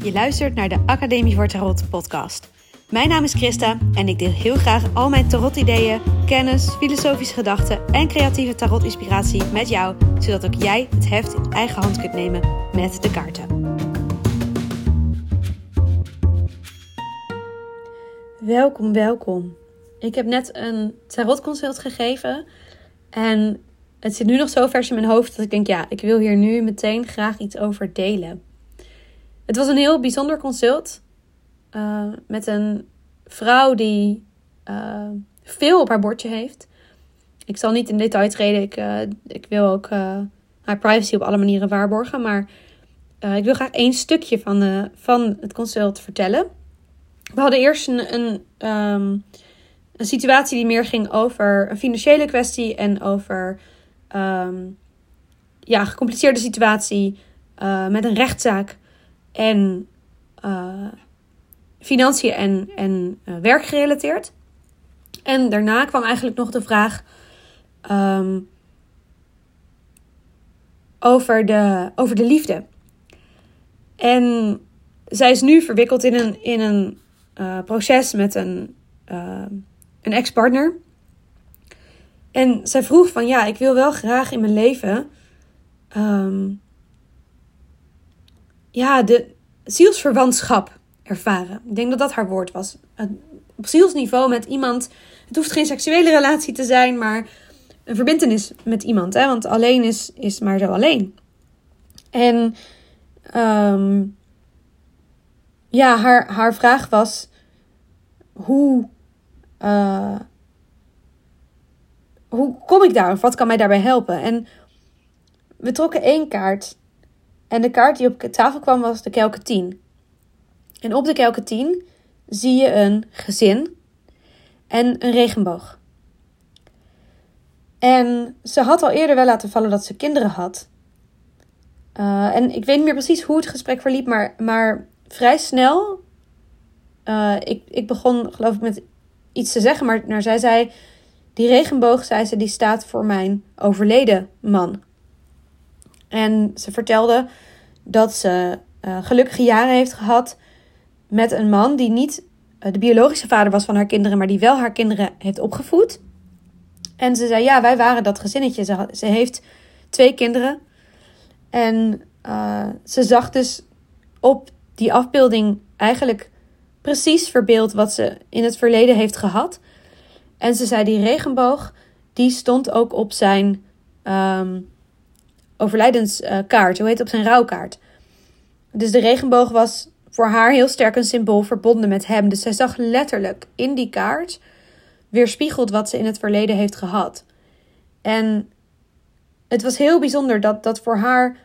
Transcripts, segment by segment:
Je luistert naar de Academie voor Tarot podcast. Mijn naam is Christa en ik deel heel graag al mijn tarot-ideeën, kennis, filosofische gedachten en creatieve tarot-inspiratie met jou, zodat ook jij het heft in eigen hand kunt nemen met de kaarten. Welkom. Ik heb net een tarotconsult gegeven en het zit nu nog zo vers in mijn hoofd dat ik denk, ik wil hier nu meteen graag iets over delen. Het was een heel bijzonder consult met een vrouw die veel op haar bordje heeft. Ik zal niet in detail treden. Ik wil ook haar privacy op alle manieren waarborgen. Maar ik wil graag één stukje van het consult vertellen. We hadden eerst een situatie die meer ging over een financiële kwestie. En over een gecompliceerde situatie met een rechtszaak. En financiën en werk gerelateerd. En daarna kwam eigenlijk nog de vraag over de liefde. En zij is nu verwikkeld in een proces met een ex-partner. En zij vroeg van ik wil wel graag in mijn leven de zielsverwantschap ervaren. Ik denk dat dat haar woord was. Op zielsniveau met iemand. Het hoeft geen seksuele relatie te zijn, maar een verbintenis met iemand. Hè? Want alleen is maar zo alleen. En haar vraag was: hoe kom ik daar? Of wat kan mij daarbij helpen? En we trokken 1 kaart. En de kaart die op tafel kwam was de kelke 10. En op de kelke 10 zie je een gezin en een regenboog. En ze had al eerder wel laten vallen dat ze kinderen had. En ik weet niet meer precies hoe het gesprek verliep, maar vrij snel. Ik begon geloof ik met iets te zeggen, maar zij zei: die regenboog, zei ze, die staat voor mijn overleden man. En ze vertelde dat ze gelukkige jaren heeft gehad met een man die niet de biologische vader was van haar kinderen, maar die wel haar kinderen heeft opgevoed. En ze zei, wij waren dat gezinnetje. Ze heeft 2 kinderen. En ze zag dus op die afbeelding eigenlijk precies verbeeld wat ze in het verleden heeft gehad. En ze zei, die regenboog, die stond ook op zijn overlijdenskaart. Hoe heet het? Op zijn rouwkaart. Dus de regenboog was voor haar heel sterk een symbool verbonden met hem. Dus zij zag letterlijk in die kaart weerspiegeld wat ze in het verleden heeft gehad. En het was heel bijzonder dat voor haar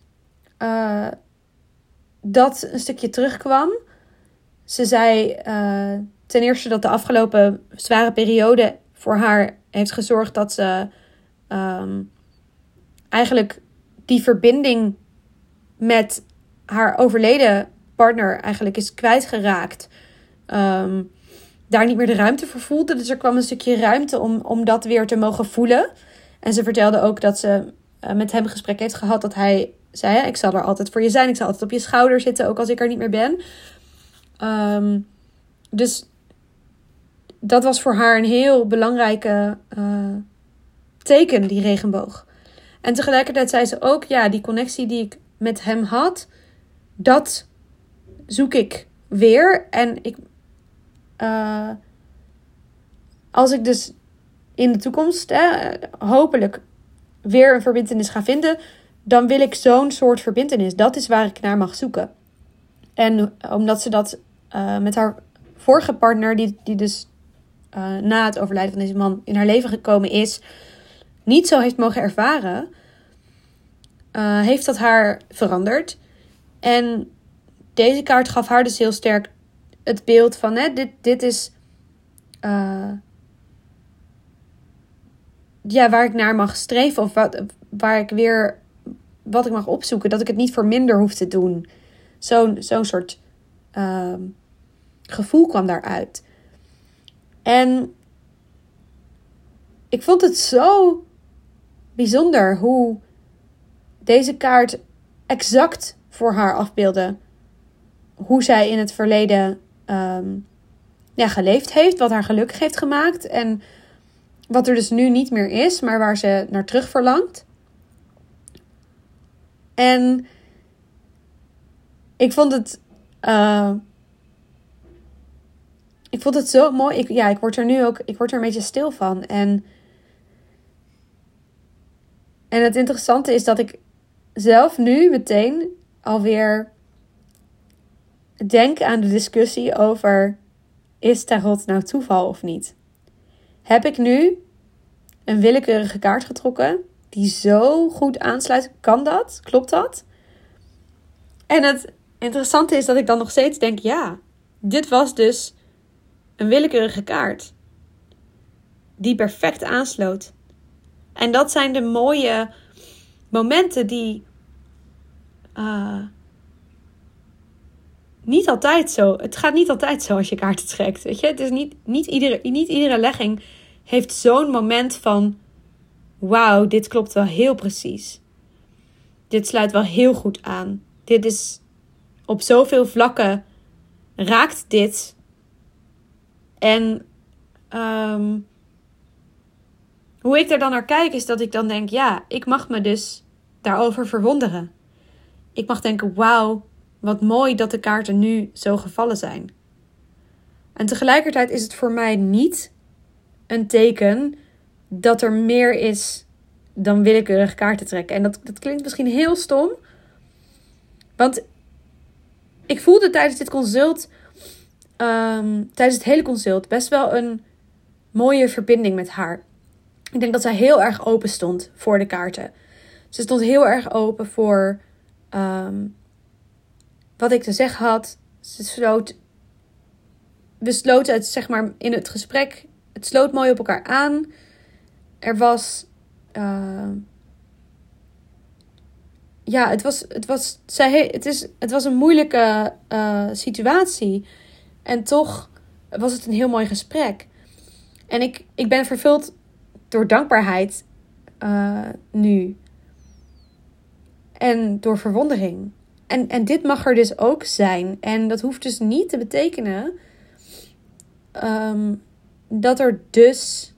dat een stukje terugkwam. Ze zei ten eerste dat de afgelopen zware periode voor haar heeft gezorgd dat ze eigenlijk die verbinding met haar overleden partner eigenlijk is kwijtgeraakt. Daar niet meer de ruimte voor voelde. Dus er kwam een stukje ruimte om dat weer te mogen voelen. En ze vertelde ook dat ze met hem gesprek heeft gehad. Dat hij zei, ik zal er altijd voor je zijn. Ik zal altijd op je schouder zitten, ook als ik er niet meer ben. Dus dat was voor haar een heel belangrijke teken, die regenboog. En tegelijkertijd zei ze ook, die connectie die ik met hem had, dat zoek ik weer. En als ik dus in de toekomst hopelijk weer een verbintenis ga vinden, dan wil ik zo'n soort verbintenis. Dat is waar ik naar mag zoeken. En omdat ze dat met haar vorige partner, die dus na het overlijden van deze man in haar leven gekomen is, niet zo heeft mogen ervaren, heeft dat haar veranderd. En deze kaart gaf haar dus heel sterk het beeld van, dit is waar ik naar mag streven, of waar ik weer wat ik mag opzoeken, dat ik het niet voor minder hoef te doen. Zo'n soort gevoel kwam daaruit. En ik vond het zo bijzonder hoe deze kaart exact voor haar afbeelde hoe zij in het verleden geleefd heeft. Wat haar gelukkig heeft gemaakt. En wat er dus nu niet meer is. Maar waar ze naar terug verlangt. En ik vond het... ik vond het zo mooi. Ik word er een beetje stil van. En het interessante is dat ik zelf nu meteen alweer denk aan de discussie over: is tarot nou toeval of niet? Heb ik nu een willekeurige kaart getrokken die zo goed aansluit? Kan dat? Klopt dat? En het interessante is dat ik dan nog steeds denk: ja, dit was dus een willekeurige kaart die perfect aansloot. En dat zijn de mooie momenten die niet altijd zo. Het gaat niet altijd zo als je kaarten trekt. Weet je? Het is niet iedere legging heeft zo'n moment van: wauw, dit klopt wel heel precies. Dit sluit wel heel goed aan. Dit is op zoveel vlakken raakt dit. En hoe ik er dan naar kijk is dat ik dan denk: ja, ik mag me dus daarover verwonderen. Ik mag denken: wauw, wat mooi dat de kaarten nu zo gevallen zijn. En tegelijkertijd is het voor mij niet een teken dat er meer is dan willekeurig kaarten trekken. En dat klinkt misschien heel stom. Want ik voelde tijdens dit consult, tijdens het hele consult, best wel een mooie verbinding met haar. Ik denk dat zij heel erg open stond voor de kaarten. Ze stond heel erg open voor wat ik te zeggen had. We sloten het, zeg maar, in het gesprek. Het sloot mooi op elkaar aan. Er was... het was een moeilijke situatie. En toch was het een heel mooi gesprek. En ik ben vervuld door dankbaarheid nu. En door verwondering. En dit mag er dus ook zijn. En dat hoeft dus niet te betekenen dat er dus...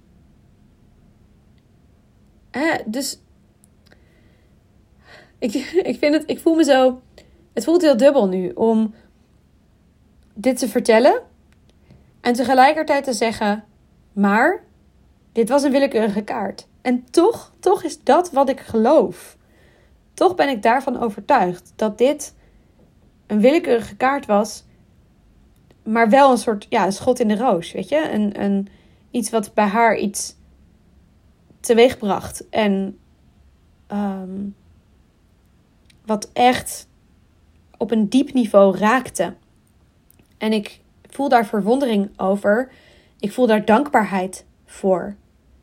Ik voel me zo... Het voelt heel dubbel nu om dit te vertellen. En tegelijkertijd te zeggen: maar dit was een willekeurige kaart. En toch is dat wat ik geloof. Toch ben ik daarvan overtuigd dat dit een willekeurige kaart was, maar wel een soort een schot in de roos, weet je? Iets wat bij haar iets teweegbracht. En wat echt op een diep niveau raakte. En ik voel daar verwondering over. Ik voel daar dankbaarheid voor.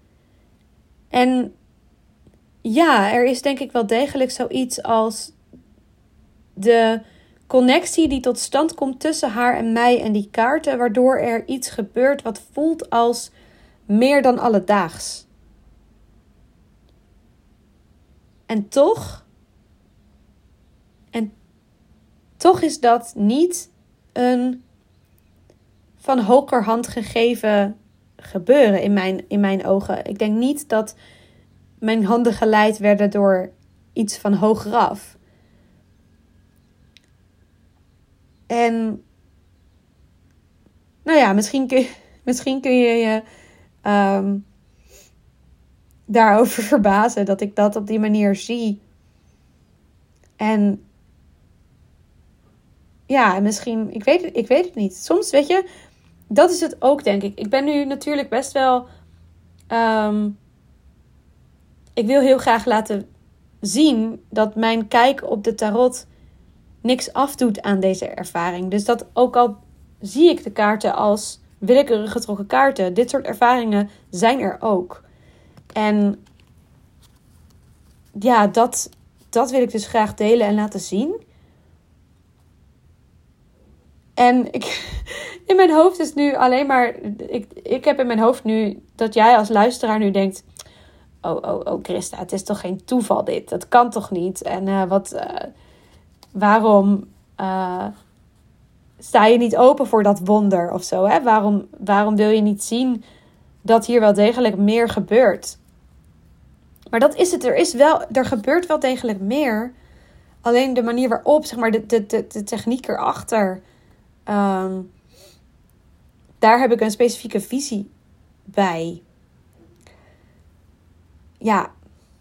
En ja, er is denk ik wel degelijk zoiets als de connectie die tot stand komt tussen haar en mij en die kaarten, waardoor er iets gebeurt wat voelt als meer dan alledaags. En toch is dat niet een van hogerhand gegeven gebeuren in mijn ogen. Ik denk niet dat mijn handen geleid werden door iets van hogeraf. En nou ja, misschien kun je je daarover verbazen dat ik dat op die manier zie. En ja, misschien, ik weet het niet. Soms, weet je, dat is het ook, denk ik. Ik ben nu natuurlijk best wel... ik wil heel graag laten zien dat mijn kijk op de tarot niks afdoet aan deze ervaring. Dus dat ook al zie ik de kaarten als willekeurig getrokken kaarten, dit soort ervaringen zijn er ook. En ja, dat wil ik dus graag delen en laten zien. En in mijn hoofd is nu alleen maar... Ik heb in mijn hoofd nu dat jij als luisteraar nu denkt: Oh, Christa, het is toch geen toeval dit? Dat kan toch niet? En waarom sta je niet open voor dat wonder of zo? Hè? Waarom wil je niet zien dat hier wel degelijk meer gebeurt? Maar dat is het. Er gebeurt wel degelijk meer. Alleen de manier waarop, zeg maar, de techniek erachter. Daar heb ik een specifieke visie bij. Ja.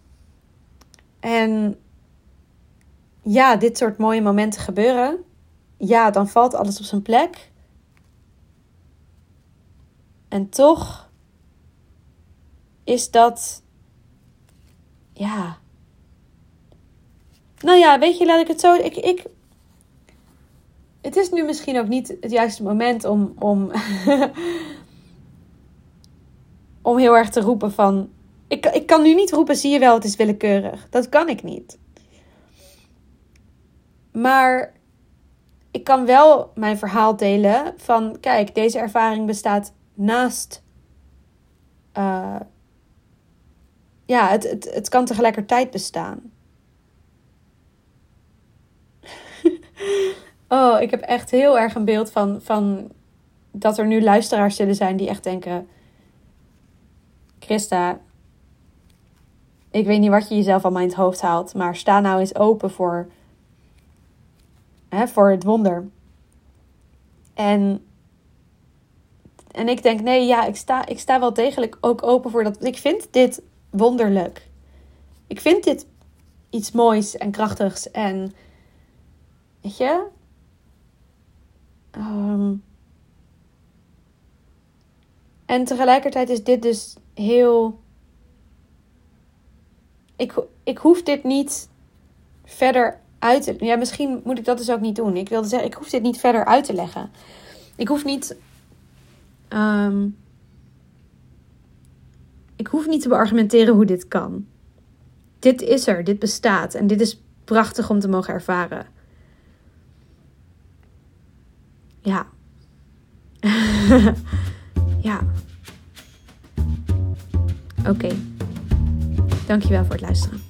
En ja, dit soort mooie momenten gebeuren. Ja, dan valt alles op zijn plek. En toch is dat... Ja. Nou ja, weet je, laat ik het zo... Het is nu misschien ook niet het juiste moment om om heel erg te roepen van... Ik kan nu niet roepen, zie je wel, het is willekeurig. Dat kan ik niet. Maar ik kan wel mijn verhaal delen van... Kijk, deze ervaring bestaat naast... het kan tegelijkertijd bestaan. Oh, ik heb echt heel erg een beeld van dat er nu luisteraars zullen zijn die echt denken... Christa, ik weet niet wat je jezelf allemaal in het hoofd haalt, maar sta nou eens open voor het wonder. En ik denk, nee, ja, ik sta wel degelijk ook open voor dat. Ik vind dit wonderlijk. Ik vind dit iets moois en krachtigs en... Weet je? En tegelijkertijd is dit dus heel... Ik hoef dit niet verder uit te... Ja, misschien moet ik dat dus ook niet doen. Ik wilde zeggen, ik hoef dit niet verder uit te leggen. Ik hoef niet... ik hoef niet te beargumenteren hoe dit kan. Dit is er, dit bestaat. En dit is prachtig om te mogen ervaren. Ja. Ja. Oké. Dankjewel voor het luisteren.